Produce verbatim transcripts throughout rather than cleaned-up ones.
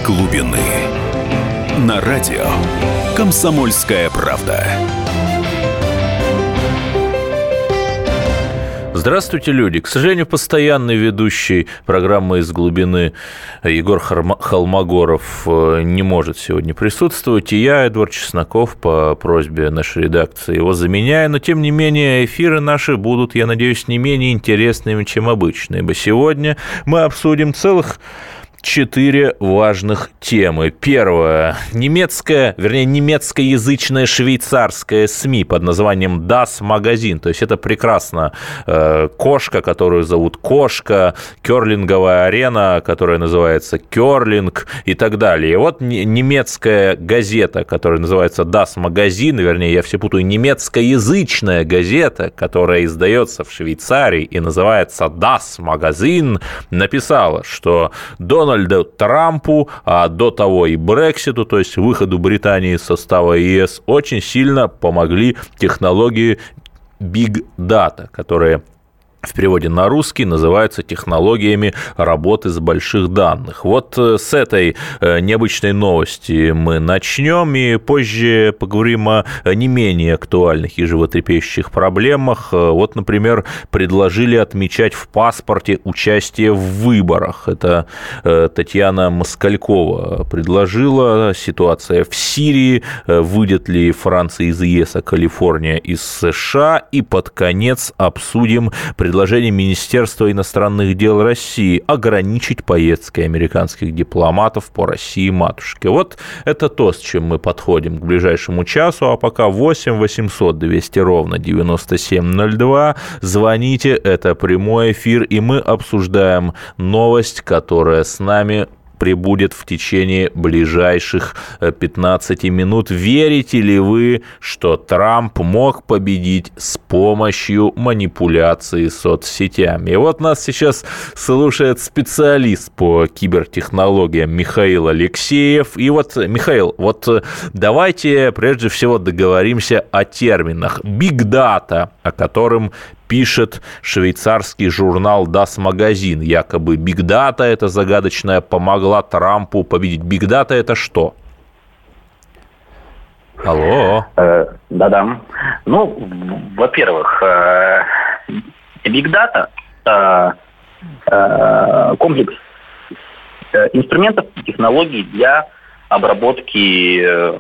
глубины. На радио «Комсомольская правда». Здравствуйте, люди. К сожалению, постоянный ведущий программы «Из глубины» Егор Холмогоров не может сегодня присутствовать. И я, Эдвард Чесноков, по просьбе нашей редакции его заменяю. Но, тем не менее, эфиры наши будут, я надеюсь, не менее интересными, чем обычно. Ибо сегодня мы обсудим целых четыре важных темы. Первое. Немецкая, вернее, немецкоязычная швейцарская СМИ под названием Das Magazin. То есть это прекрасно. Кошка, которую зовут Кошка, керлинговая арена, которая называется Керлинг и так далее. И вот немецкая газета, которая называется Das Magazin, вернее, я все путаю, немецкоязычная газета, которая издается в Швейцарии и называется Das Magazin, написала, что Дональд Трампу, а до того и Брекситу, то есть выходу Британии из состава ЕС, очень сильно помогли технологии Big Data, которые в переводе на русский называются технологиями работы с больших данных. Вот с этой необычной новости мы начнем, и позже поговорим о не менее актуальных и животрепещущих проблемах. Вот, например, предложили отмечать в паспорте участие в выборах. Это Татьяна Москалькова предложила. Ситуация в Сирии, выйдет ли Франция из ЕС, а Калифорния из США, и под конец обсудим предложение предложение Министерства иностранных дел России ограничить поездки американских дипломатов по России-матушке. Вот это то, с чем мы подходим к ближайшему часу, а пока восемь восемьсот двести ровно девяносто семь ноль два. Звоните, это прямой эфир, и мы обсуждаем новость, которая с нами прибудет в течение ближайших пятнадцати минут. Верите ли вы, что Трамп мог победить с помощью манипуляции соцсетями? И вот нас сейчас слушает специалист по кибертехнологиям Михаил Алексеев. И вот, Михаил, вот давайте прежде всего договоримся о терминах. Big Data, о котором пишет швейцарский журнал Das Magazin. Якобы Big Data, эта загадочная, помогла Трампу победить. Big Data – это что? Алло. Э, да-да. Ну, во-первых, э, Big Data э, э, комплекс э, инструментов и технологий для обработки э,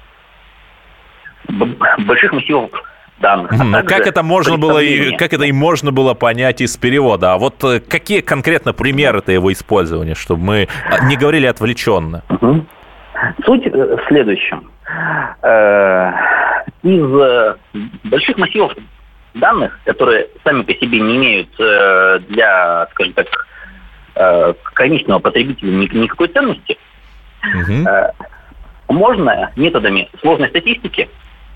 больших массивов данных. А ну, как это можно было и как это и можно было понять из перевода? А вот какие конкретно примеры-то его использования, чтобы мы не говорили отвлеченно? Угу. Суть в следующем. Из больших массивов данных, которые сами по себе не имеют для, скажем так, конечного потребителя никакой ценности, угу. можно методами сложной статистики,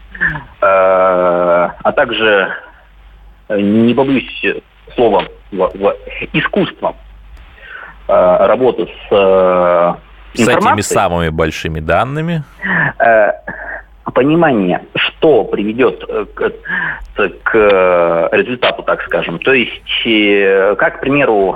а также, не побоюсь слова, искусством работы с информацией. С этими самыми большими данными. Понимание, что приведет к, к результату, так скажем. То есть, как, к примеру,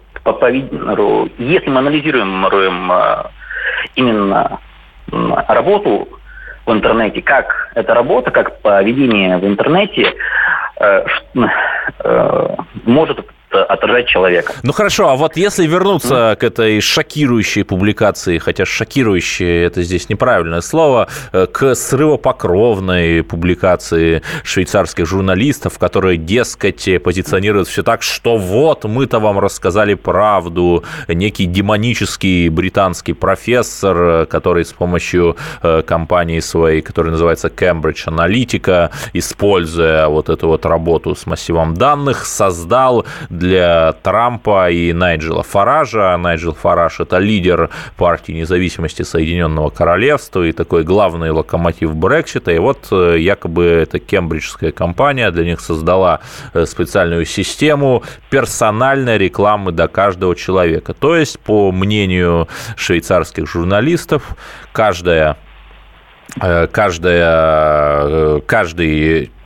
если мы анализируем именно работу в интернете, как эта работа, как поведение в интернете э, э, может отражать человека. Ну хорошо, а вот если вернуться mm. к этой шокирующей публикации, хотя шокирующей это здесь неправильное слово, к срывопокровной публикации швейцарских журналистов, которые, дескать, позиционируют все так, что вот мы-то вам рассказали правду, некий демонический британский профессор, который с помощью компании своей, которая называется Cambridge Analytica, используя вот эту вот работу с массивом данных, создал для Трампа и Найджела Фаража. Найджел Фараж – это лидер партии независимости Соединенного Королевства и такой главный локомотив Брексита. И вот якобы эта кембриджская компания для них создала специальную систему персональной рекламы до каждого человека. То есть, по мнению швейцарских журналистов, каждая Каждая, каждый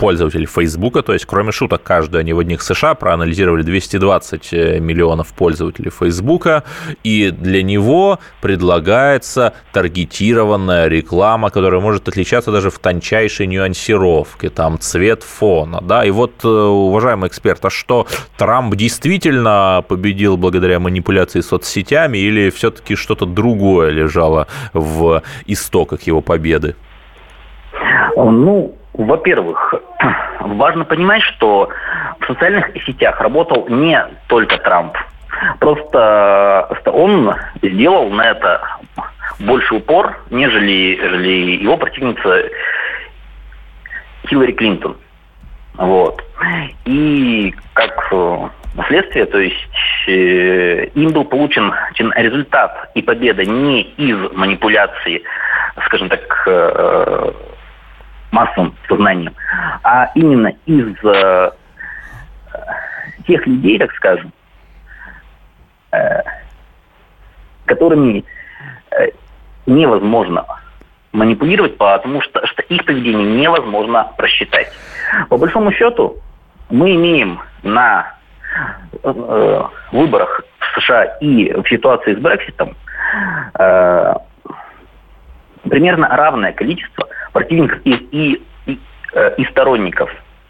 пользователей Фейсбука, то есть, кроме шуток, каждый, они в одних США проанализировали двести двадцать миллионов пользователей Фейсбука, и для него предлагается таргетированная реклама, которая может отличаться даже в тончайшей нюансировке, там, цвет фона, да, и вот, уважаемый эксперт, а что, Трамп действительно победил благодаря манипуляции соцсетями или все-таки что-то другое лежало в истоках его победы? Ну, во-первых, важно понимать, что в социальных сетях работал не только Трамп. Просто он сделал на это больше упор, нежели, нежели его противница Хиллари Клинтон. Вот. И как следствие, то есть э, им был получен результат и победа не из манипуляции, скажем так, э, массовым сознанием, а именно из э, тех людей, так скажем, э, которыми э, невозможно манипулировать, потому что, что их поведение невозможно просчитать. По большому счету, мы имеем на э, выборах в США и в ситуации с Брекситом э, примерно равное количество противников и, и, и, э, и сторонников.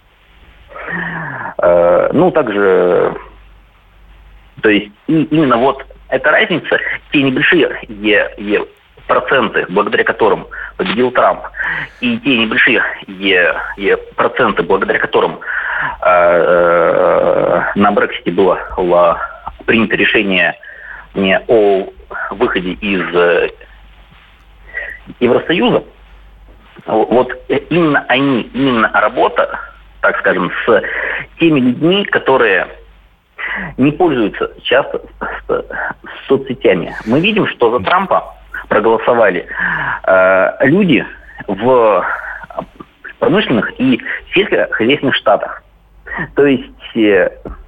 Э, ну, также, то есть, и именно вот эта разница, те небольшие е, е, проценты, благодаря которым победил Трамп, и те небольшие е, е, проценты, благодаря которым э, э, на Брексите было, было принято решение не о выходе из э, Евросоюза, вот именно они, именно работа, так скажем, с теми людьми, которые не пользуются часто соцсетями. Мы видим, что за Трампа проголосовали э, люди в промышленных и сельскохозяйственных штатах. То есть, э,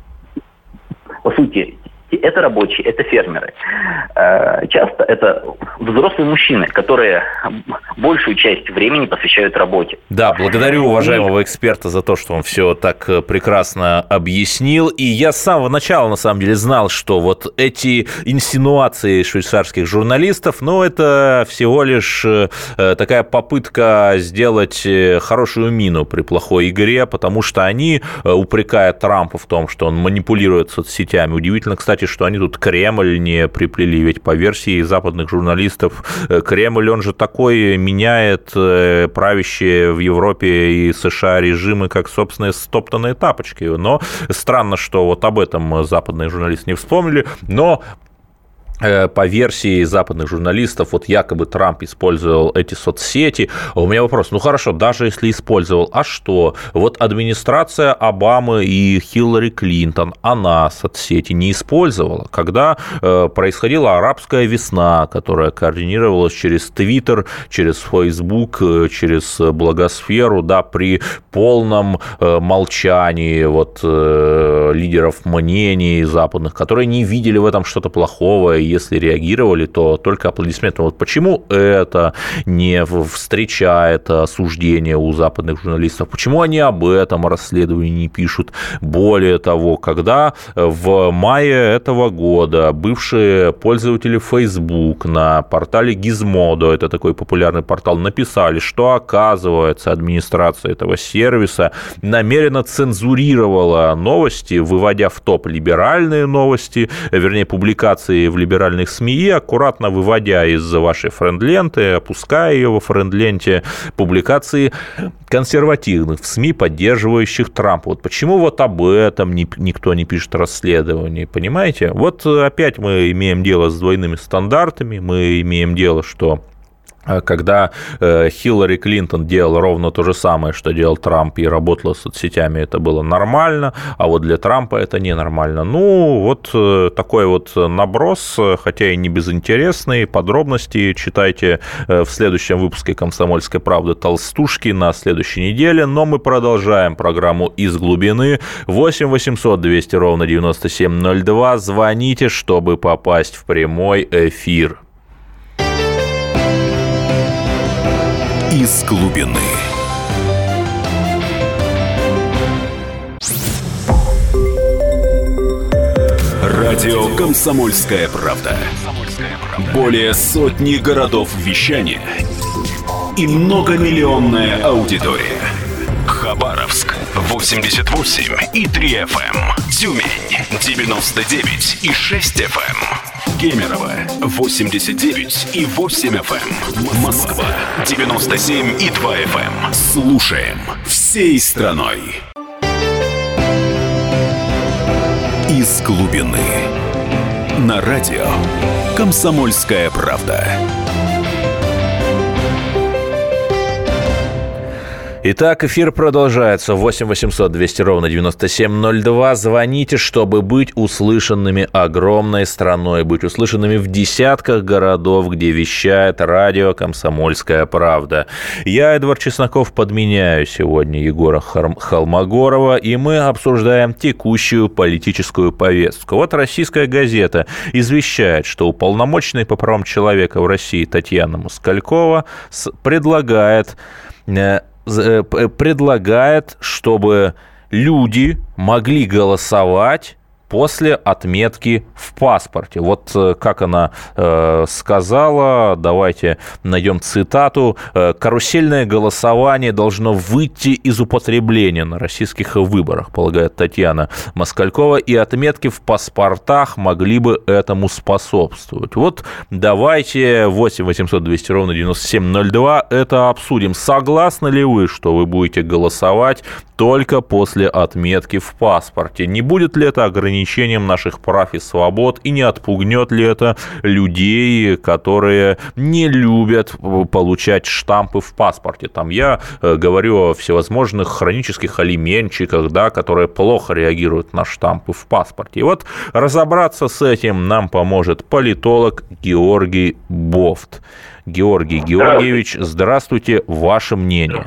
по сути, это рабочие, это фермеры. Э, часто это взрослые мужчины, которые большую часть времени посвящают работе. Да, благодарю уважаемого эксперта за то, что он все так прекрасно объяснил. И я с самого начала, на самом деле, знал, что вот эти инсинуации швейцарских журналистов, ну, это всего лишь такая попытка сделать хорошую мину при плохой игре, потому что они, упрекая Трампа в том, что он манипулирует соцсетями, удивительно, кстати, что они тут Кремль не приплели, ведь по версии западных журналистов Кремль, он же такой, меняет правящие в Европе и США режимы как собственные стоптанные тапочки. Но странно, что вот об этом западные журналисты не вспомнили, но по версии западных журналистов, вот якобы Трамп использовал эти соцсети. У меня вопрос, ну хорошо, даже если использовал, а что? Вот администрация Обамы и Хиллари Клинтон, она соцсети не использовала. Когда э, происходила арабская весна, которая координировалась через Твиттер, через Фейсбук, через Благосферу, да, при полном э, молчании вот, э, лидеров мнений западных, которые не видели в этом что-то плохого, если реагировали, то только аплодисментом. Вот почему это не встречает осуждение у западных журналистов? Почему они об этом расследовании не пишут? Более того, когда в мае этого года бывшие пользователи Facebook на портале Gizmodo, это такой популярный портал, написали, что, оказывается, администрация этого сервиса намеренно цензурировала новости, выводя в топ либеральные новости, вернее, публикации в либеральных СМИ, аккуратно выводя из вашей френд-ленты, опуская ее во френд-ленте публикации консервативных в СМИ, поддерживающих Трампа. Вот почему вот об этом никто не пишет расследований, понимаете? Вот опять мы имеем дело с двойными стандартами, мы имеем дело, что когда Хиллари Клинтон делала ровно то же самое, что делал Трамп, и работала с соцсетями, это было нормально, а вот для Трампа это ненормально. Ну, вот такой вот наброс, хотя и не безинтересный. Подробности читайте в следующем выпуске «Комсомольской правды» толстушки на следующей неделе, но мы продолжаем программу «Из глубины». восемь восемьсот двести ровно девяносто семь ноль два. Звоните, чтобы попасть в прямой эфир. Из глубины. Радио «Комсомольская правда». Более сотни городов вещания и многомиллионная аудитория. Хабаровск восемьдесят восемь и три эф эм, Тюмень девяносто девять и шесть эф эм, Кемерово восемьдесят девять и восемь эф эм, Москва девяносто семь и два эф эм. Слушаем всей страной. Из глубины. На радио «Комсомольская правда». Итак, эфир продолжается. восемь восемьсот двести ровно девяносто семь ноль два. Звоните, чтобы быть услышанными огромной страной, быть услышанными в десятках городов, где вещает радио «Комсомольская правда». Я, Эдвард Чесноков, подменяю сегодня Егора Холмогорова, и мы обсуждаем текущую политическую повестку. Вот российская газета извещает, что уполномоченный по правам человека в России Татьяна Москалькова предлагает... предлагает, чтобы люди могли голосовать после отметки в паспорте. Вот как она э, сказала, давайте найдем цитату. «Карусельное голосование должно выйти из употребления на российских выборах», полагает Татьяна Москалькова, и отметки в паспортах могли бы этому способствовать. Вот давайте восемь восемьсот двести ровно девяносто семь ноль два это обсудим. Согласны ли вы, что вы будете голосовать только после отметки в паспорте? Не будет ли это ограничением наших прав и свобод, и не отпугнет ли это людей, которые не любят получать штампы в паспорте? Там я говорю о всевозможных хронических алименщиках, да, которые плохо реагируют на штампы в паспорте. И вот разобраться с этим нам поможет политолог Георгий Бофт. Георгий Георгиевич, здравствуйте, ваше мнение.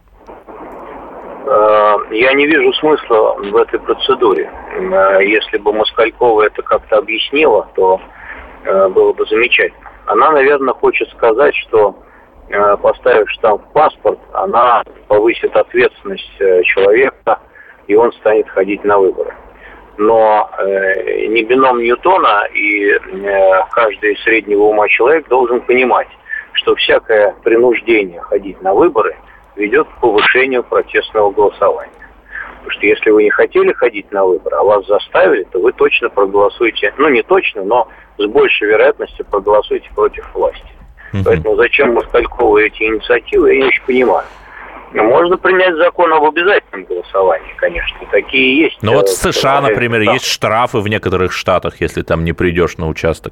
Я не вижу смысла в этой процедуре. Если бы Москалькова это как-то объяснила, то было бы замечательно. Она, наверное, хочет сказать, что, поставив штамп в паспорт, она повысит ответственность человека, и он станет ходить на выборы. Но не бином Ньютона, и каждый среднего ума человек должен понимать, что всякое принуждение ходить на выборы ведет к повышению протестного голосования. Потому что если вы не хотели ходить на выборы, а вас заставили, то вы точно проголосуете, ну не точно, но с большей вероятностью проголосуете против власти. Uh-huh. Поэтому зачем Москалькова эти инициативы, я не очень понимаю. Можно принять закон об обязательном голосовании, конечно, такие есть. Ну вот в США, например, штрафы. Есть штрафы в некоторых штатах, если там не придешь на участок.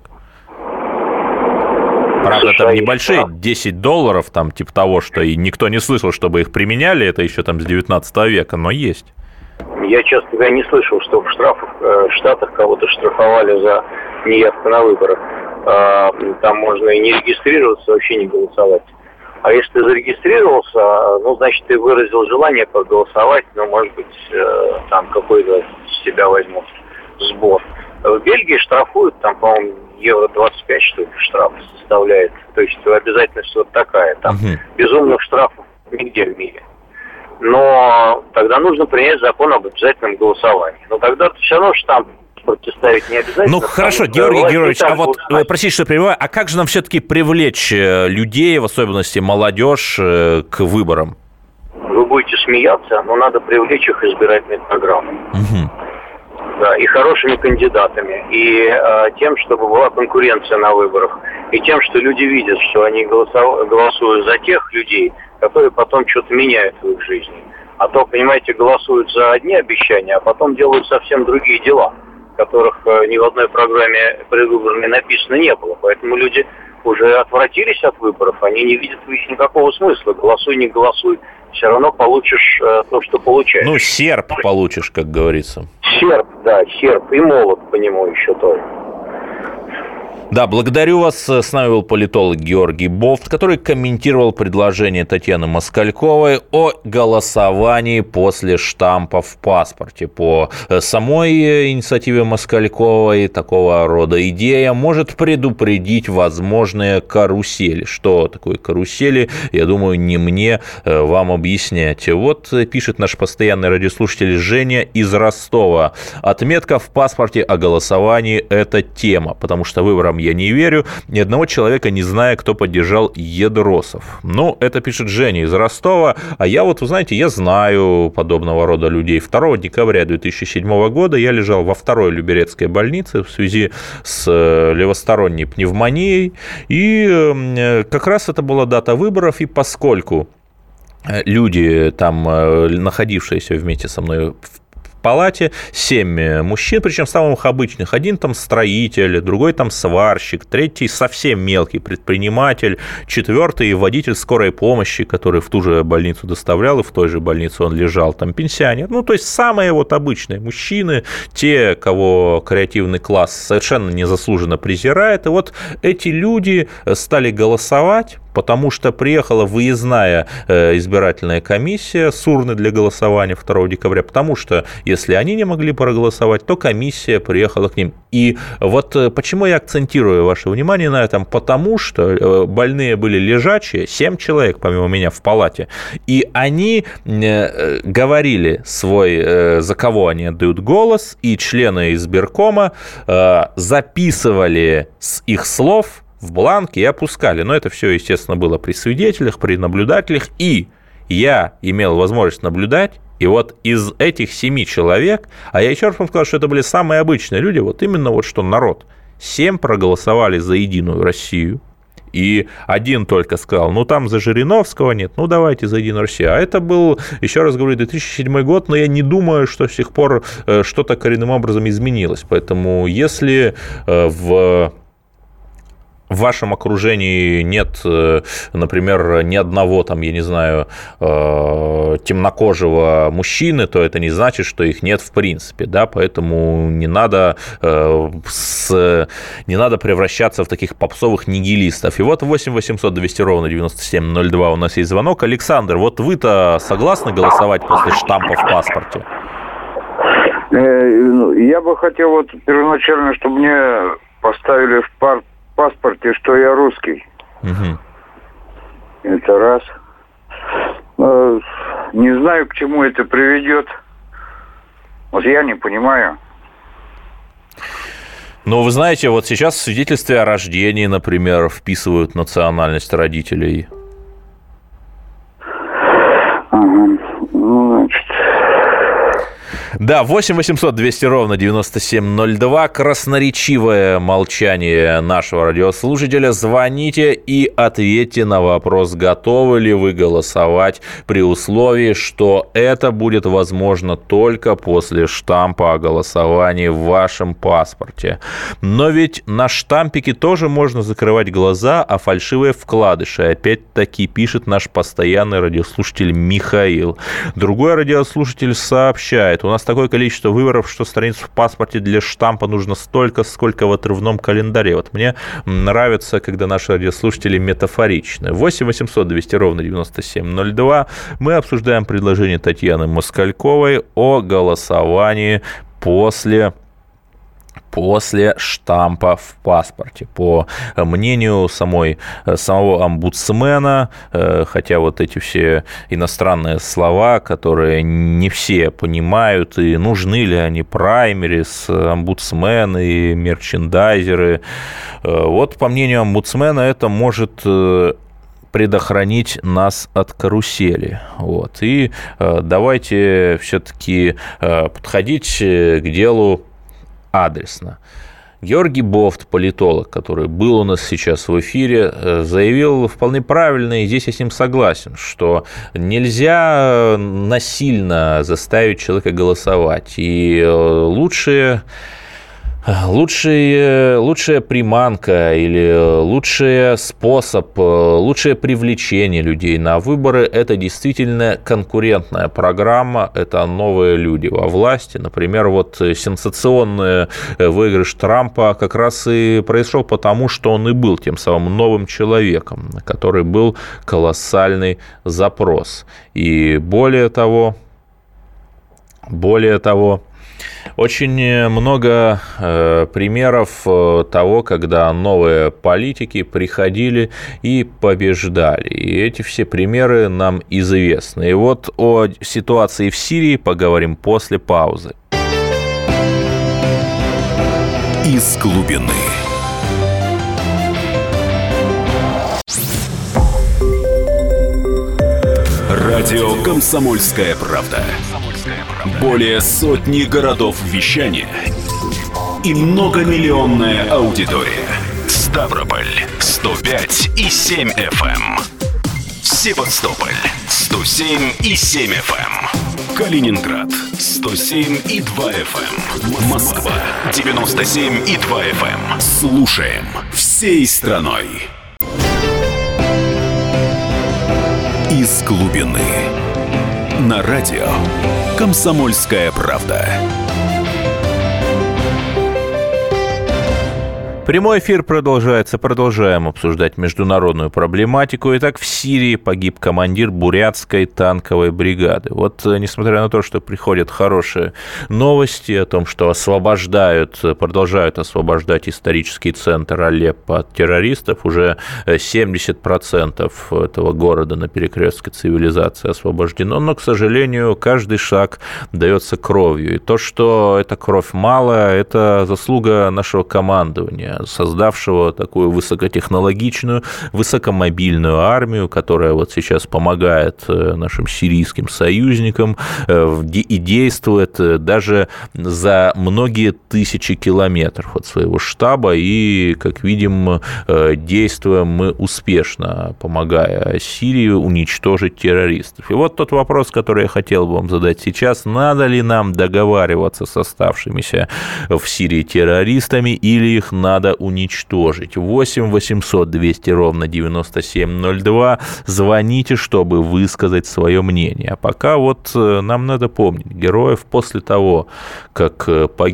Правда, там небольшие, десять долларов, там, типа того, что и никто не слышал, чтобы их применяли, это еще там с девятнадцатого века, но есть. Я, честно говоря, не слышал, что в штрафах, в Штатах кого-то штрафовали за неявку на выборы. Там можно и не регистрироваться, вообще не голосовать. А если ты зарегистрировался, ну, значит, ты выразил желание проголосовать, но, может быть, там какой-то с тебя возьмут сбор. В Бельгии штрафуют, там, по-моему, евро двадцать пять, что ли, штраф составляет. То есть обязательность вот такая. Там uh-huh. безумных штрафов нигде в мире. Но тогда нужно принять закон об обязательном голосовании. Но тогда все равно штамп противоставить не обязательно. Ну, хорошо, Георгий Георгиевич, а вот, простите, что перебиваю, а как же нам все-таки привлечь людей, в особенности молодежь, к выборам? Вы будете смеяться, но надо привлечь их избирательной программой. Угу. Да, и хорошими кандидатами, и э, тем, чтобы была конкуренция на выборах, и тем, что люди видят, что они голосов... голосуют за тех людей, которые потом что-то меняют в их жизни. А то, понимаете, голосуют за одни обещания, а потом делают совсем другие дела, которых э, ни в одной программе предвыборной написано не было. Поэтому люди уже отвратились от выборов, они не видят в них никакого смысла. Голосуй, не голосуй, все равно получишь э, то, что получаешь. Ну, серп получишь, как говорится. Серп, да, серп и молот по нему еще тоже. Да, благодарю вас. С нами был политолог Георгий Бофт, который комментировал предложение Татьяны Москальковой о голосовании после штампа в паспорте. По самой инициативе Москальковой такого рода идея может предупредить возможные карусели. Что такое карусели, я думаю, не мне вам объяснять. Вот пишет наш постоянный радиослушатель Женя из Ростова. Отметка в паспорте о голосовании – это тема, потому что выборам я не верю, ни одного человека не знаю, кто поддержал Едросов. Ну, это пишет Женя из Ростова, а я вот, вы знаете, я знаю подобного рода людей. второго декабря две тысячи седьмого года я лежал во второй Люберецкой больнице в связи с левосторонней пневмонией, и как раз это была дата выборов, и поскольку люди, там находившиеся вместе со мной в палате, семь мужчин, причем самых обычных. Один там строитель, другой там сварщик, третий совсем мелкий предприниматель, четвертый водитель скорой помощи, который в ту же больницу доставлял, и в той же больнице он лежал, там пенсионер. Ну, то есть самые вот обычные мужчины, те, кого креативный класс совершенно незаслуженно презирает. И вот эти люди стали голосовать, потому что приехала выездная избирательная комиссия с урны для голосования второго декабря, потому что если они не могли проголосовать, то комиссия приехала к ним. И вот почему я акцентирую ваше внимание на этом, потому что больные были лежачие, семь человек помимо меня в палате, и они говорили свой, за кого они отдают голос, и члены избиркома записывали с их слов в бланке и опускали. Но это все, естественно, было при свидетелях, при наблюдателях. И я имел возможность наблюдать. И вот из этих семи человек, а я еще раз вам сказал, что это были самые обычные люди, вот именно вот что народ. Семь проголосовали за Единую Россию. И один только сказал, ну там за Жириновского нет, ну давайте за Единую Россию. А это был, еще раз говорю, две тысячи седьмой год, но я не думаю, что с тех пор что-то коренным образом изменилось. Поэтому если в... в вашем окружении нет, например, ни одного, там, я не знаю, темнокожего мужчины, то это не значит, что их нет в принципе, да, поэтому не надо, с, не надо превращаться в таких попсовых нигилистов. И вот восемь восемьсот двести ровно девяносто семь ноль два у нас есть звонок. Александр, вот вы-то согласны голосовать после штампа в паспорте? Я бы хотел вот первоначально, чтобы мне поставили в пар паспорте, что я русский. Угу. Это раз. Не знаю, к чему это приведет. Вот я не понимаю. Ну, вы знаете, вот сейчас в свидетельстве о рождении, например, вписывают национальность родителей. Ага. Ну, значит... Да, восемь восемьсот двести ровно девяносто семь ноль два. Красноречивое молчание нашего радиослушателя. Звоните и ответьте на вопрос, готовы ли вы голосовать при условии, что это будет возможно только после штампа о голосовании в вашем паспорте. Но ведь на штампике тоже можно закрывать глаза, а фальшивые вкладыши. Опять-таки пишет наш постоянный радиослушатель Михаил. Другой радиослушатель сообщает, у нас такое количество выборов, что страниц в паспорте для штампа нужно столько, сколько в отрывном календаре. Вот мне нравится, когда наши радиослушатели метафоричны. восемь восемьсот двести ровно девяносто семь ноль два. Мы обсуждаем предложение Татьяны Москальковой о голосовании после... после штампа в паспорте. По мнению самой, самого омбудсмена, хотя вот эти все иностранные слова, которые не все понимают, и нужны ли они, праймерис, омбудсмены и мерчендайзеры, вот по мнению омбудсмена это может предохранить нас от карусели. Вот. И давайте все-таки подходить к делу адресно. Георгий Бофт, политолог, который был у нас сейчас в эфире, заявил вполне правильно, и здесь я с ним согласен, что нельзя насильно заставить человека голосовать. И лучше Лучший, лучшая приманка или лучший способ, лучшее привлечение людей на выборы – это действительно конкурентная программа, это новые люди во власти. Например, вот сенсационный выигрыш Трампа как раз и произошел потому, что он и был тем самым новым человеком, на который был колоссальный запрос. И более того, более того, очень много э, примеров э, того, когда новые политики приходили и побеждали. И эти все примеры нам известны. И вот о ситуации в Сирии поговорим после паузы. Из глубины. Радио «Комсомольская правда». Более сотни городов вещания и многомиллионная аудитория. Ставрополь сто пять и семь эф эм, Севастополь сто семь и семь эф эм, Калининград сто семь и два эф эм, Москва девяносто семь и два эф эм. Слушаем всей страной. Из глубины. На радио «Комсомольская правда». Прямой эфир продолжается. Продолжаем обсуждать международную проблематику. Итак, в Сирии погиб командир бурятской танковой бригады. Вот, несмотря на то, что приходят хорошие новости о том, что освобождают, продолжают освобождать исторический центр Алеппо от террористов, уже семьдесят процентов этого города на перекрестке цивилизации освобождено, но, к сожалению, каждый шаг дается кровью. И то, что эта кровь мало, это заслуга нашего командования, создавшего такую высокотехнологичную, высокомобильную армию, которая вот сейчас помогает нашим сирийским союзникам и действует даже за многие тысячи километров от своего штаба. И, как видим, действуем мы успешно, помогая Сирии уничтожить террористов. И вот тот вопрос, который я хотел бы вам задать сейчас: надо ли нам договариваться с оставшимися в Сирии террористами или их надо уничтожить? восемь восемьсот двести ровно девяносто семь ноль два. Звоните, чтобы высказать свое мнение. А пока вот нам надо помнить героев после того, как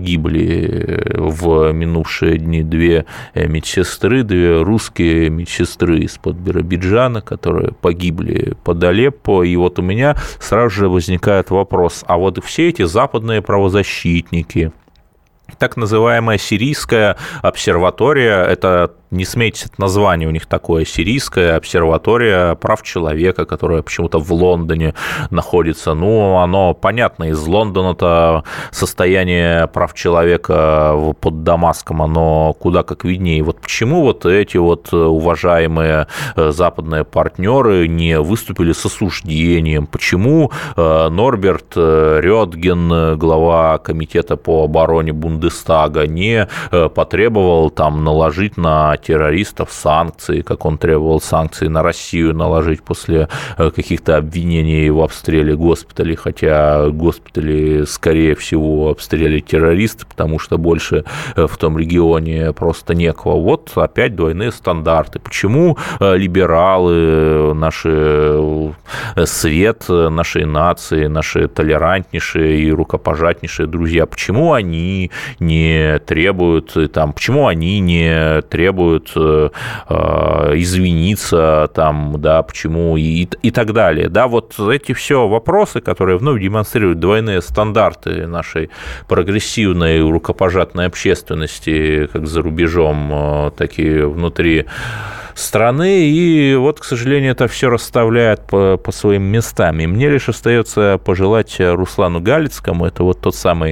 погибли в минувшие дни две медсестры, две русские медсестры из-под Биробиджана, которые погибли под Алеппо. И вот у меня сразу же возникает вопрос: а вот все эти западные правозащитники, так называемая сирийская обсерватория, это, не смейтесь, это название у них такое, сирийская обсерватория прав человека, которая почему-то в Лондоне находится. Ну, оно понятно, из Лондона-то состояние прав человека под Дамаском, оно куда как виднее. Вот почему вот эти вот уважаемые западные партнеры не выступили с осуждением? Почему Норберт Рёдген, глава комитета по обороне Бундестага, не потребовал там наложить на террористов санкции, как он требовал санкции на Россию наложить после каких-то обвинений в обстреле госпиталей, хотя госпитали, скорее всего, обстреляли террористы, потому что больше в том регионе просто некого. Вот опять двойные стандарты. Почему либералы, наши свет нашей нации, наши толерантнейшие и рукопожатнейшие друзья, почему они не требуют, там, почему они не требуют э, извиниться, там, да, почему и, и так далее. Да, вот эти все вопросы, которые вновь демонстрируют двойные стандарты нашей прогрессивной рукопожатной общественности, как за рубежом, так и внутри страны, и вот, к сожалению, это все расставляет по, по своим местам. И мне лишь остается пожелать Руслану Галицкому, это вот тот самый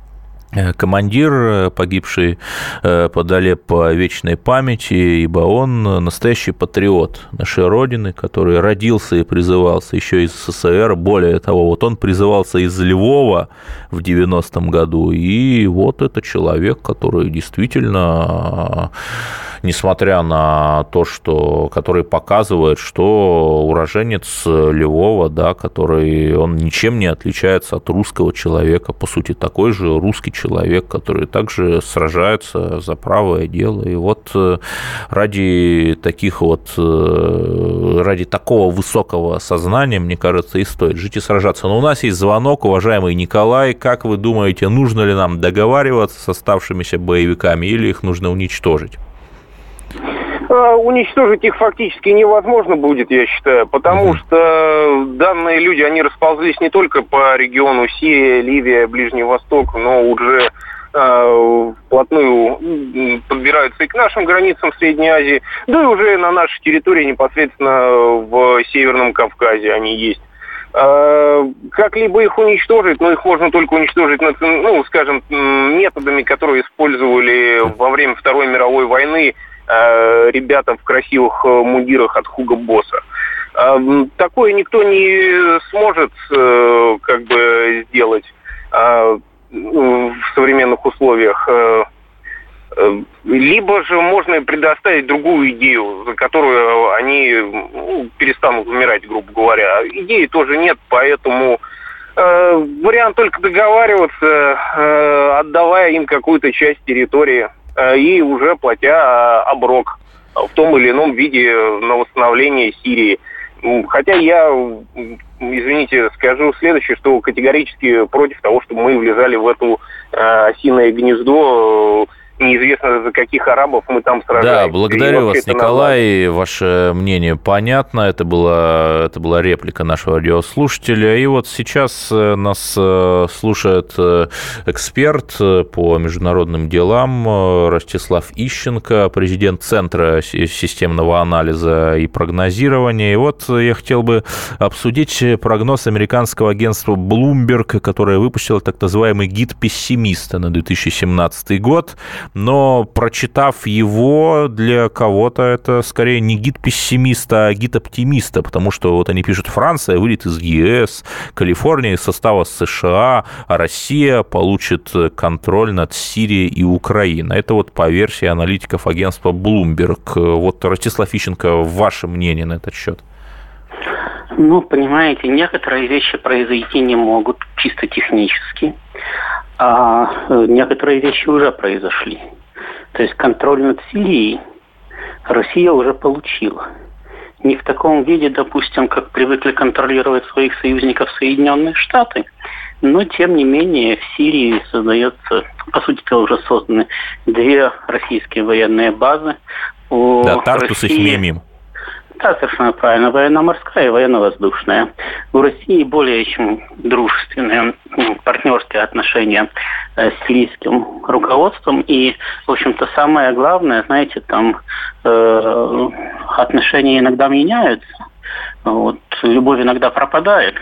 командир, погибший под Алеппо, вечной памяти, ибо он настоящий патриот нашей Родины, который родился и призывался еще из СССР. Более того, вот он призывался из Львова в девяностом году, и вот это человек, который действительно несмотря на то, что, который показывает, что уроженец Львова, да, который, он ничем не отличается от русского человека, по сути, такой же русский человек, который также сражается за правое дело. И вот ради таких вот, ради такого высокого сознания, мне кажется, и стоит жить и сражаться. Но у нас есть звонок, уважаемый Николай. Как вы думаете, нужно ли нам договариваться с оставшимися боевиками или их нужно уничтожить? Уничтожить их фактически невозможно будет, я считаю, потому mm-hmm. что данные люди, они расползлись не только по региону Сирия, Ливия, Ближний Восток, но уже э, вплотную подбираются и к нашим границам Средней Азии, да и уже на нашей территории непосредственно в Северном Кавказе они есть. Как-либо их уничтожить, но их можно только уничтожить, ну, скажем, методами, которые использовали во время Второй мировой войны ребята в красивых мундирах от Хуго Босса. Такое никто не сможет как бы сделать в современных условиях. Либо же можно предоставить другую идею, за которую они ну, перестанут умирать, грубо говоря. Идеи тоже нет, поэтому э, вариант только договариваться, э, отдавая им какую-то часть территории э, и уже платя оброк в том или ином виде на восстановление Сирии. Хотя я, извините, скажу следующее, что категорически против того, чтобы мы влезали в это э, осиное гнездо. Неизвестно, за каких арабов мы там сражаемся. Да, благодарю вас, Николай. Ваше мнение понятно. Это была, это была реплика нашего радиослушателя. И вот сейчас нас слушает эксперт по международным делам Ростислав Ищенко, президент Центра системного анализа и прогнозирования. И вот я хотел бы обсудить прогноз американского агентства Bloomberg, которое выпустило так называемый гид пессимиста на две тысячи семнадцатый год. Но, прочитав его, для кого-то это скорее не гид пессимиста, а гид оптимиста, потому что вот они пишут: Франция выйдет из ЕС, Калифорния из состава США, а Россия получит контроль над Сирией и Украиной. Это вот по версии аналитиков агентства Bloomberg. Вот, Ростислав Ищенко, ваше мнение на этот счет? Ну, понимаете, некоторые вещи произойти не могут чисто технически, а некоторые вещи уже произошли. То есть контроль над Сирией Россия уже получила. Не в таком виде, допустим, как привыкли контролировать своих союзников Соединенные Штаты, но, тем не менее, в Сирии создается, по сути, уже созданы две российские военные базы. У да, Тартус России... и Хмеймим. Да, совершенно правильно. Военно-морская и военно-воздушная. У России более чем дружественные партнерские отношения с сирийским руководством. И, в общем-то, самое главное, знаете, там э, отношения иногда меняются. Вот, любовь иногда пропадает.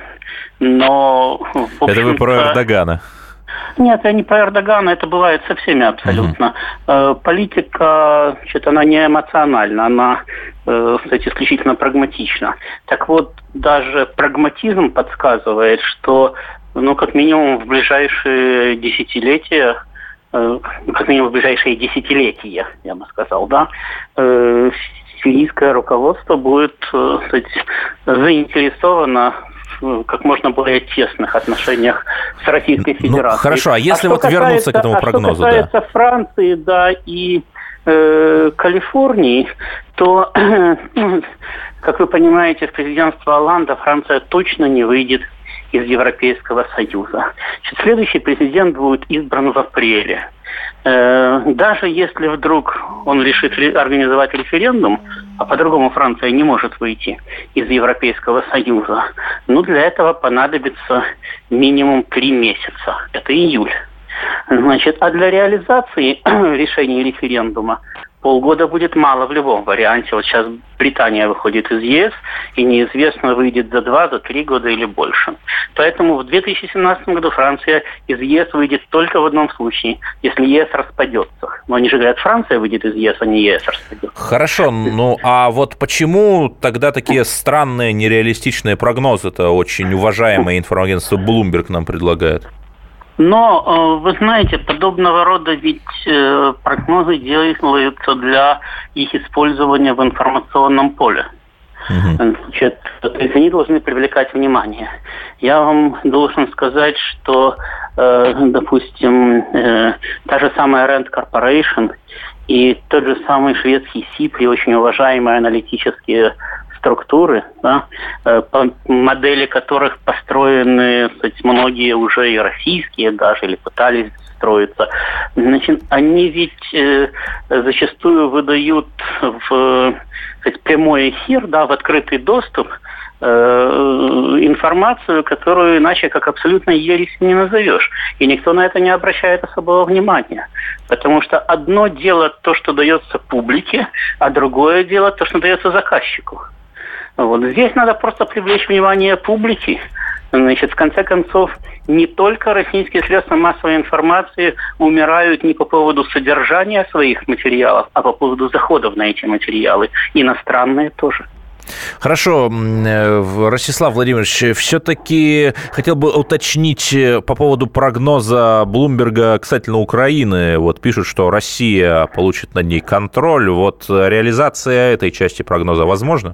Но, в это вы про Эрдогана? Нет, это не про Эрдогана, это бывает со всеми абсолютно. Uh-huh. Политика, значит, она не эмоциональна, она, кстати, исключительно прагматична. Так вот, даже прагматизм подсказывает, что, ну, как минимум в ближайшие десятилетия, как минимум в ближайшие десятилетия, я бы сказал, да, сирийское руководство будет, кстати, заинтересовано как можно более тесных отношениях с Российской Федерацией. Ну, хорошо, а если а вот касается, вернуться к этому прогнозу, а что касается да. Франции, да, и э, Калифорнии, то, как вы понимаете, с президентства Олланда Франция точно не выйдет из Европейского Союза. Значит, следующий президент будет избран в апреле. Даже если вдруг он решит организовать референдум, а по-другому Франция не может выйти из Европейского Союза, ну, для этого понадобится минимум три месяца. Это июль. Значит, а для реализации решения референдума полгода будет мало в любом варианте. Вот сейчас Британия выходит из ЕС, и неизвестно, выйдет за два, за три года или больше. Поэтому в две тысячи семнадцатом году Франция из ЕС выйдет только в одном случае, если ЕС распадется. Но они же говорят, Франция выйдет из ЕС, а не ЕС распадется. Хорошо, ну а вот почему тогда такие странные, нереалистичные прогнозы-то очень уважаемое информагентство Bloomberg нам предлагает? Но, вы знаете, подобного рода ведь прогнозы делаются для их использования в информационном поле. Uh-huh. Значит, то есть они должны привлекать внимание. Я вам должен сказать, что, э, допустим, э, та же самая Rand Corporation и тот же самый шведский СИП и очень уважаемые аналитические структуры, да, э, по модели которых построены, кстати, многие уже и российские даже, или пытались строиться, значит, они ведь э, зачастую выдают в сказать, прямой эфир, да, в открытый доступ э, информацию, которую иначе как абсолютно ересь не назовешь. И никто на это не обращает особого внимания. Потому что одно дело то, что дается публике, а другое дело то, что дается заказчику. Вот здесь надо просто привлечь внимание публики. Значит, в конце концов, не только российские средства массовой информации умирают не по поводу содержания своих материалов, а по поводу заходов на эти материалы. Иностранные тоже. Хорошо, Ростислав Владимирович, все-таки хотел бы уточнить по поводу прогноза Блумберга касательно Украины. Вот пишут, что Россия получит над ней контроль. Вот реализация этой части прогноза возможна?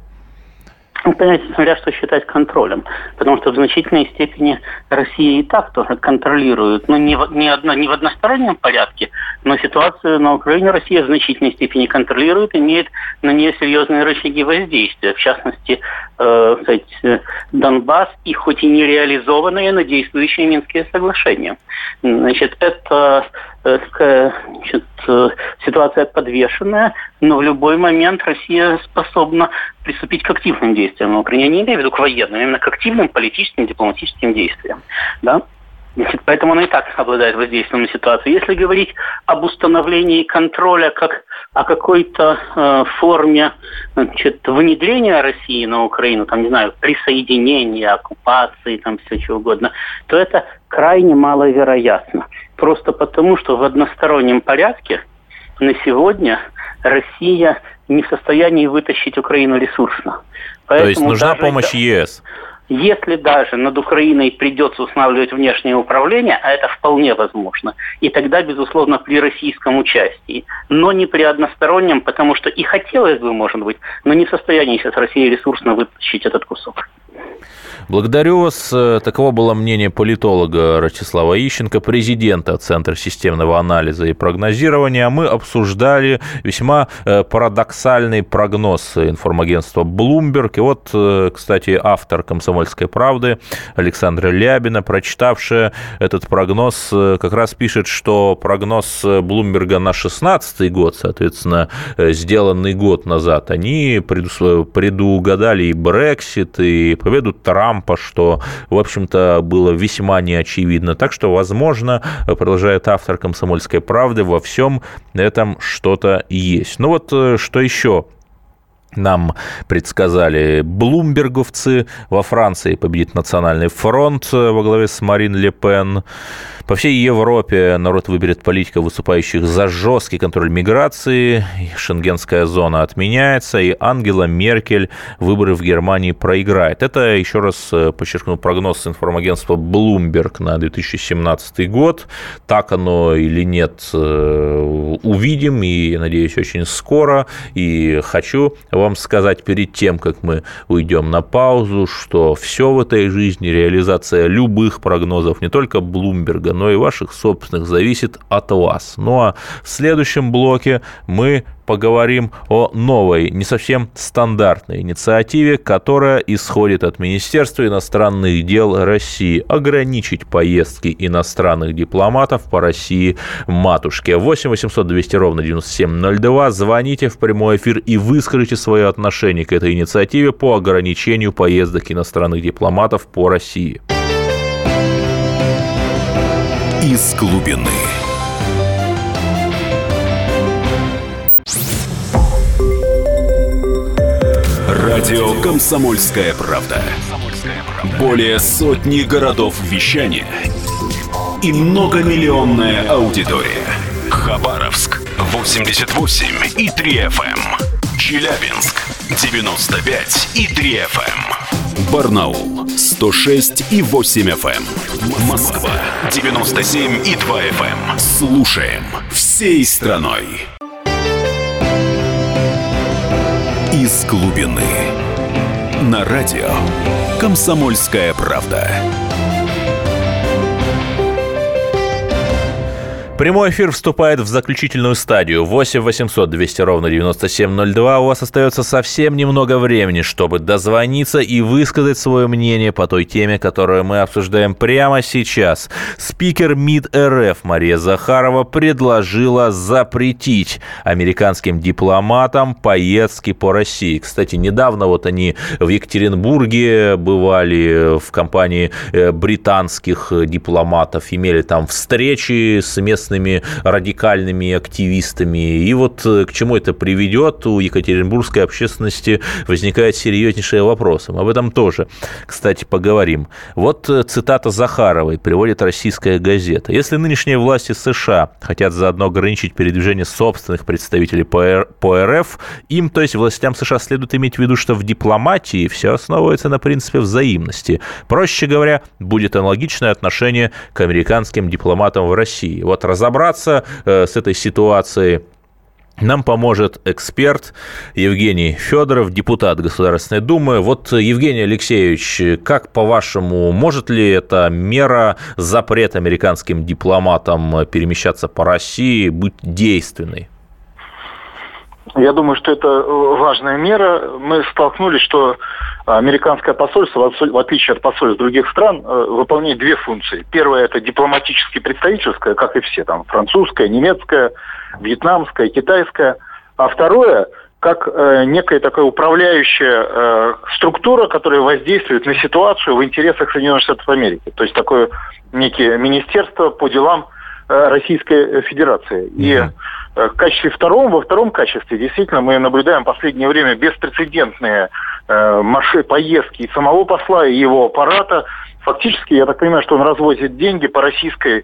Ну, понимаете, смотря что считать контролем. Потому что в значительной степени Россия и так тоже контролирует, ну, не в, не, одно, не в одностороннем порядке, но ситуацию на Украине Россия в значительной степени контролирует, имеет на нее серьезные рычаги воздействия. В частности, э, сказать, Донбасс и хоть и не реализованные, но действующие Минские соглашения. Значит, это э, такая значит, э, ситуация подвешенная, но в любой момент Россия способна приступить к активным действиям на Украине. Я не имею в виду к военным, именно к активным политическим, дипломатическим действиям. Да? Значит, поэтому она и так обладает воздействием на ситуацию. Если говорить об установлении контроля как о какой-то э, форме значит, внедрения России на Украину, там, не знаю, присоединения, оккупации, там все что угодно, то это крайне маловероятно. Просто потому, что в одностороннем порядке на сегодня Россия не в состоянии вытащить Украину ресурсно. Поэтому то есть нужна помощь это... ЕС? Если даже над Украиной придется устанавливать внешнее управление, а это вполне возможно, и тогда, безусловно, при российском участии, но не при одностороннем, потому что и хотелось бы, может быть, но не в состоянии сейчас Россия ресурсно вытащить этот кусок. Благодарю вас. Таково было мнение политолога Ростислава Ищенко, президента Центра системного анализа и прогнозирования. Мы обсуждали весьма парадоксальный прогноз информагентства Bloomberg. И вот, кстати, автор «Комсомольской правды» Александра Лябина, прочитавшая этот прогноз, как раз пишет, что прогноз Блумберга на шестнадцатый год, соответственно, сделанный год назад, они предугадали и Брексит, и победу Трампа, что, в общем-то, было весьма неочевидно. Так что, возможно, продолжает автор «Комсомольской правды», во всем этом что-то есть. Ну вот, что еще нам предсказали блумберговцы. Во Франции победит Национальный фронт во главе с Марин Ле Пен. По всей Европе народ выберет политиков, выступающих за жесткий контроль миграции. Шенгенская зона отменяется, и Ангела Меркель выборы в Германии проиграет. Это, еще раз подчеркну, прогноз информагентства Bloomberg на две тысячи семнадцатый год. Так оно или нет, увидим, и, надеюсь, очень скоро. И хочу вам сказать перед тем, как мы уйдем на паузу, что все в этой жизни, реализация любых прогнозов, не только Блумберга, но и ваших собственных, зависит от вас. Ну а в следующем блоке мы поговорим о новой, не совсем стандартной инициативе, которая исходит от Министерства иностранных дел России: ограничить поездки иностранных дипломатов по России матушке. восемь восемьсот двести ровно девяносто семь ноль два. Звоните в прямой эфир и выскажите свое отношение к этой инициативе по ограничению поездок иностранных дипломатов по России. Из глубины. Радио «Комсомольская правда». Более сотни городов вещания и многомиллионная аудитория. Хабаровск восемьдесят восемь и три эф эм. Челябинск девяносто пять и три эф эм. Барнаул сто шесть и восемь эф эм. Москва девяносто семь и два эф эм. Слушаем всей страной. Из глубины. На радио «Комсомольская правда». Прямой эфир вступает в заключительную стадию. восемь восемьсот двести ровно девяносто семь ноль два. У вас остается совсем немного времени, чтобы дозвониться и высказать свое мнение по той теме, которую мы обсуждаем прямо сейчас. Спикер МИД РФ Мария Захарова предложила запретить американским дипломатам поездки по России. Кстати, недавно вот они в Екатеринбурге бывали в компании британских дипломатов, имели там встречи с местными радикальными активистами. И вот к чему это приведет, у екатеринбургской общественности возникает серьезнейший вопрос. Мы об этом тоже, кстати, поговорим. Вот цитата Захаровой приводит российская газета. Если нынешние власти США хотят заодно ограничить передвижение собственных представителей по РФ, им, то есть властям США, следует иметь в виду, что в дипломатии все основывается на принципе взаимности. Проще говоря, будет аналогичное отношение к американским дипломатам в России. Вот разобраться э, с этой ситуацией нам поможет эксперт Евгений Федоров, депутат Государственной Думы. Вот, Евгений Алексеевич, как по-вашему, может ли эта мера, запрет американским дипломатам перемещаться по России, быть действенной? Я думаю, что это важная мера. Мы столкнулись, что американское посольство, в отличие от посольств других стран, выполняет две функции. Первая – это дипломатически представительская, как и все, там, французская, немецкая, вьетнамская, китайская. А второе – как э, некая такая управляющая э, структура, которая воздействует на ситуацию в интересах Соединенных Штатов Америки. То есть такое некие министерство по делам э, Российской Федерации. И э, в качестве втором, во втором качестве действительно мы наблюдаем в последнее время беспрецедентные э, марши, поездки и самого посла, и его аппарата. Фактически, я так понимаю, что он развозит деньги по российской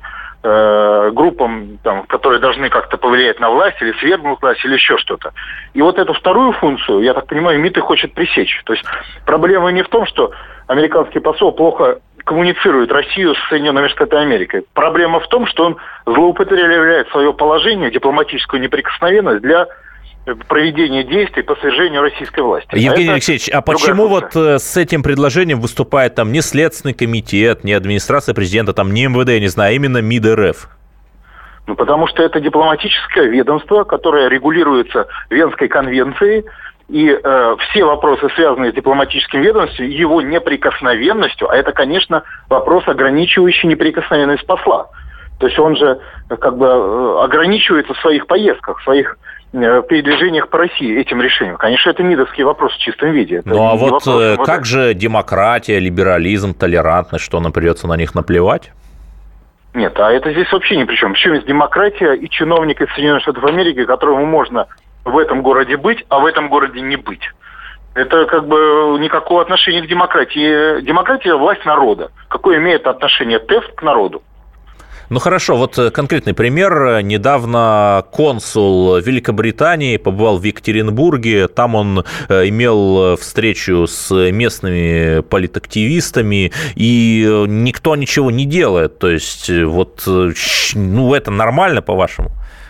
э, группам, там, которые должны как-то повлиять на власть или свергнуть власть, или еще что-то. И вот эту вторую функцию, я так понимаю, МИД и хочет пресечь. То есть проблема не в том, что американский посол плохо коммуницирует Россию с Соединенными Штатами Америки. Проблема в том, что он злоупотребляет свое положение, дипломатическую неприкосновенность для проведения действий по свержению российской власти. Евгений а Алексеевич, а почему вот с этим предложением выступает там не Следственный комитет, не администрация президента, там не МВД, я не знаю, а именно МИД РФ? Ну, потому что это дипломатическое ведомство, которое регулируется Венской конвенцией, и э, все вопросы, связанные с дипломатическим ведомством, его неприкосновенностью, а это, конечно, вопрос, ограничивающий неприкосновенность посла. То есть он же как бы ограничивается в своих поездках, в своих передвижениях по России этим решением. Конечно, это МИДовский вопрос в чистом виде. Это ну а вот вопрос, как вот... же демократия, либерализм, толерантность, что нам придется на них наплевать? Нет, а это здесь вообще ни при чем. Причем есть демократия и чиновник из Соединенных Штатов Америки, которому можно в этом городе быть, а в этом городе не быть. Это как бы никакого отношения к демократии. Демократия – власть народа. Какое имеет отношение ТЭФ к народу? Ну хорошо, вот конкретный пример. Недавно консул Великобритании побывал в Екатеринбурге. Там он имел встречу с местными политактивистами, и никто ничего не делает. То есть вот, ну это нормально, по-вашему?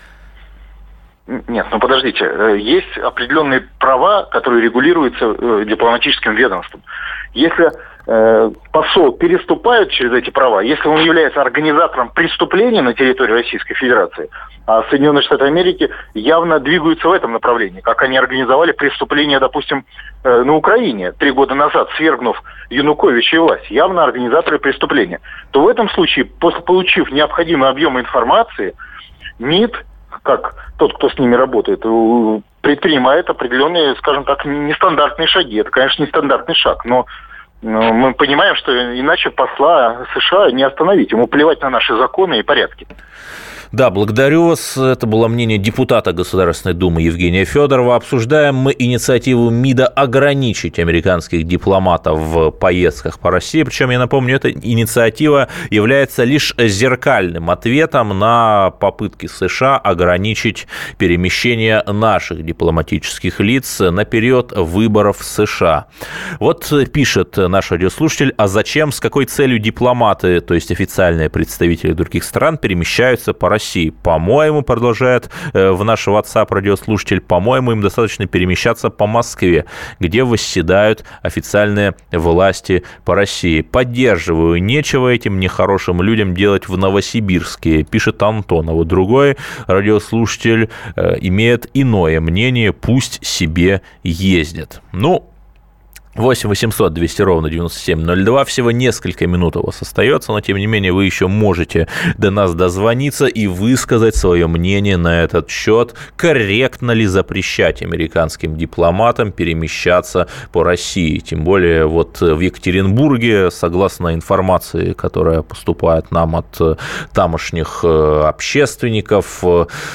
Нет, ну подождите. Есть определенные права, которые регулируются дипломатическим ведомством. Если э, посол переступает через эти права, если он является организатором преступления на территории Российской Федерации, а Соединенные Штаты Америки явно двигаются в этом направлении, как они организовали преступление, допустим, э, на Украине три года назад, свергнув Януковича и власть, явно организаторы преступления, то в этом случае, после получив необходимый объем информации, МИД, как тот, кто с ними работает, предпринимает определенные, скажем так, нестандартные шаги. Это, конечно, нестандартный шаг, но, но мы понимаем, что иначе посла США не остановить. Ему плевать на наши законы и порядки. Да, благодарю вас. Это было мнение депутата Государственной Думы Евгения Федорова. Обсуждаем мы инициативу МИДа ограничить американских дипломатов в поездках по России. Причем, я напомню, эта инициатива является лишь зеркальным ответом на попытки США ограничить перемещение наших дипломатических лиц на период выборов в США. Вот пишет наш радиослушатель: а зачем, с какой целью дипломаты, то есть официальные представители других стран, перемещаются по России? По-моему, продолжает в наш WhatsApp радиослушатель, по-моему, им достаточно перемещаться по Москве, где восседают официальные власти по России. Поддерживаю, нечего этим нехорошим людям делать в Новосибирске, пишет Антон. А вот другой радиослушатель имеет иное мнение, пусть себе ездят. Ну, восемь восемьсот двести ровно девяносто семь ноль два. Всего несколько минут у вас остается, но, тем не менее, вы еще можете до нас дозвониться и высказать свое мнение на этот счет. Корректно ли запрещать американским дипломатам перемещаться по России? Тем более, вот в Екатеринбурге, согласно информации, которая поступает нам от тамошних общественников,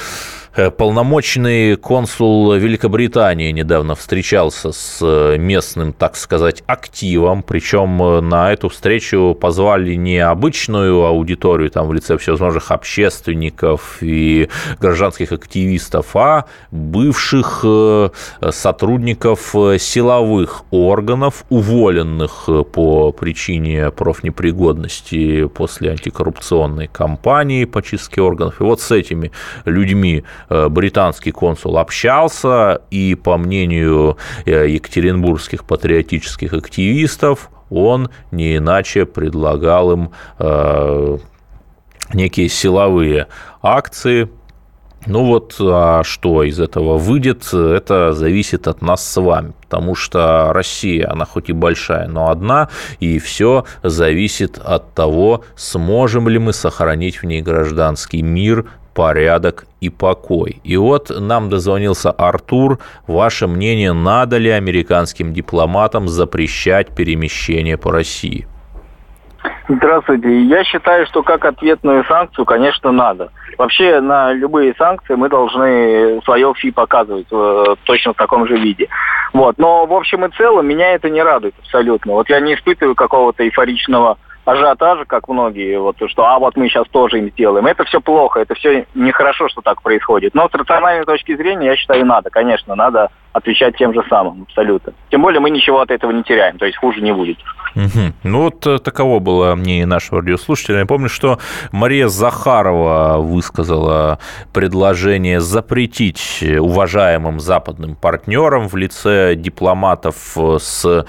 полномочный консул Великобритании недавно встречался с местным, так сказать, активом, причем на эту встречу позвали не обычную аудиторию там в лице всевозможных общественников и гражданских активистов, а бывших сотрудников силовых органов, уволенных по причине профнепригодности после антикоррупционной кампании по чистке органов. И вот с этими людьми британский консул общался, и, по мнению екатеринбургских патриотических активистов, он не иначе предлагал им э, некие силовые акции. Ну вот, а что из этого выйдет, это зависит от нас с вами, потому что Россия, она хоть и большая, но одна, и все зависит от того, сможем ли мы сохранить в ней гражданский мир, порядок и покой. И вот нам дозвонился Артур. Ваше мнение, надо ли американским дипломатам запрещать перемещение по России? Здравствуйте. Я считаю, что как ответную санкцию, конечно, надо. Вообще на любые санкции мы должны свое фи показывать э, точно в таком же виде. Вот. Но в общем и целом меня это не радует абсолютно. Вот я не испытываю какого-то эйфоричного ажиотажа, как многие, вот, что а вот мы сейчас тоже им сделаем. Это все плохо, это все нехорошо, что так происходит. Но с рациональной точки зрения, я считаю, надо, конечно, надо отвечать тем же самым, абсолютно. Тем более мы ничего от этого не теряем, то есть хуже не будет. Угу. Ну вот таково было мнение нашего радиослушателя. Я помню, что Мария Захарова высказала предложение запретить уважаемым западным партнерам в лице дипломатов с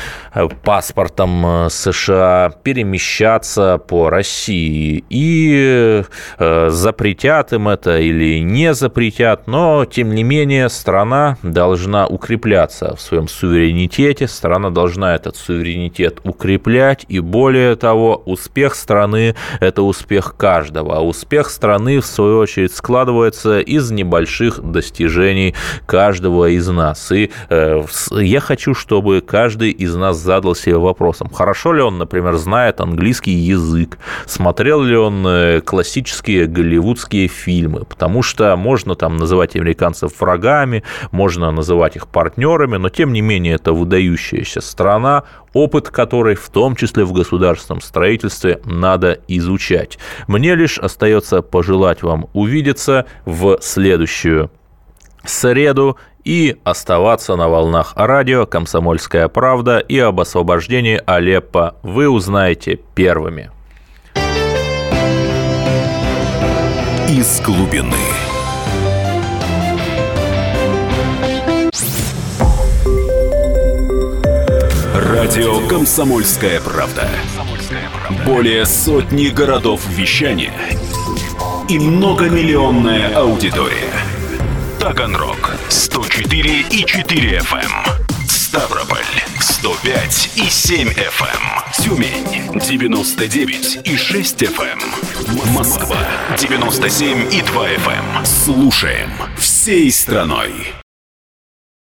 паспортом США перемещаться по России, и запретят им это или не запретят, но тем не менее страна должна укрепляться в своем суверенитете, страна должна этот суверенитет укреплять, и более того, успех страны – это успех каждого, а успех страны, в свою очередь, складывается из небольших достижений каждого из нас. И э, я хочу, чтобы каждый из нас задал себе вопросом, хорошо ли он, например, знает английский язык, смотрел ли он классические голливудские фильмы, потому что можно там называть американцев врагами, можно называть их партнерами, но тем не менее это выдающаяся страна, опыт которой в том числе в государственном строительстве надо изучать. Мне лишь остается пожелать вам увидеться в следующую среду и оставаться на волнах радио «Комсомольская правда», и об освобождении Алеппо вы узнаете первыми. Из глубины. Радио «Комсомольская правда». Более сотни городов вещания и многомиллионная аудитория. Таганрог сто четыре и четыре эф эм, Ставрополь сто пять и семь эф эм, Тюмень девяносто девять и шесть эф эм, Москва девяносто семь и два эф эм. Слушаем всей страной.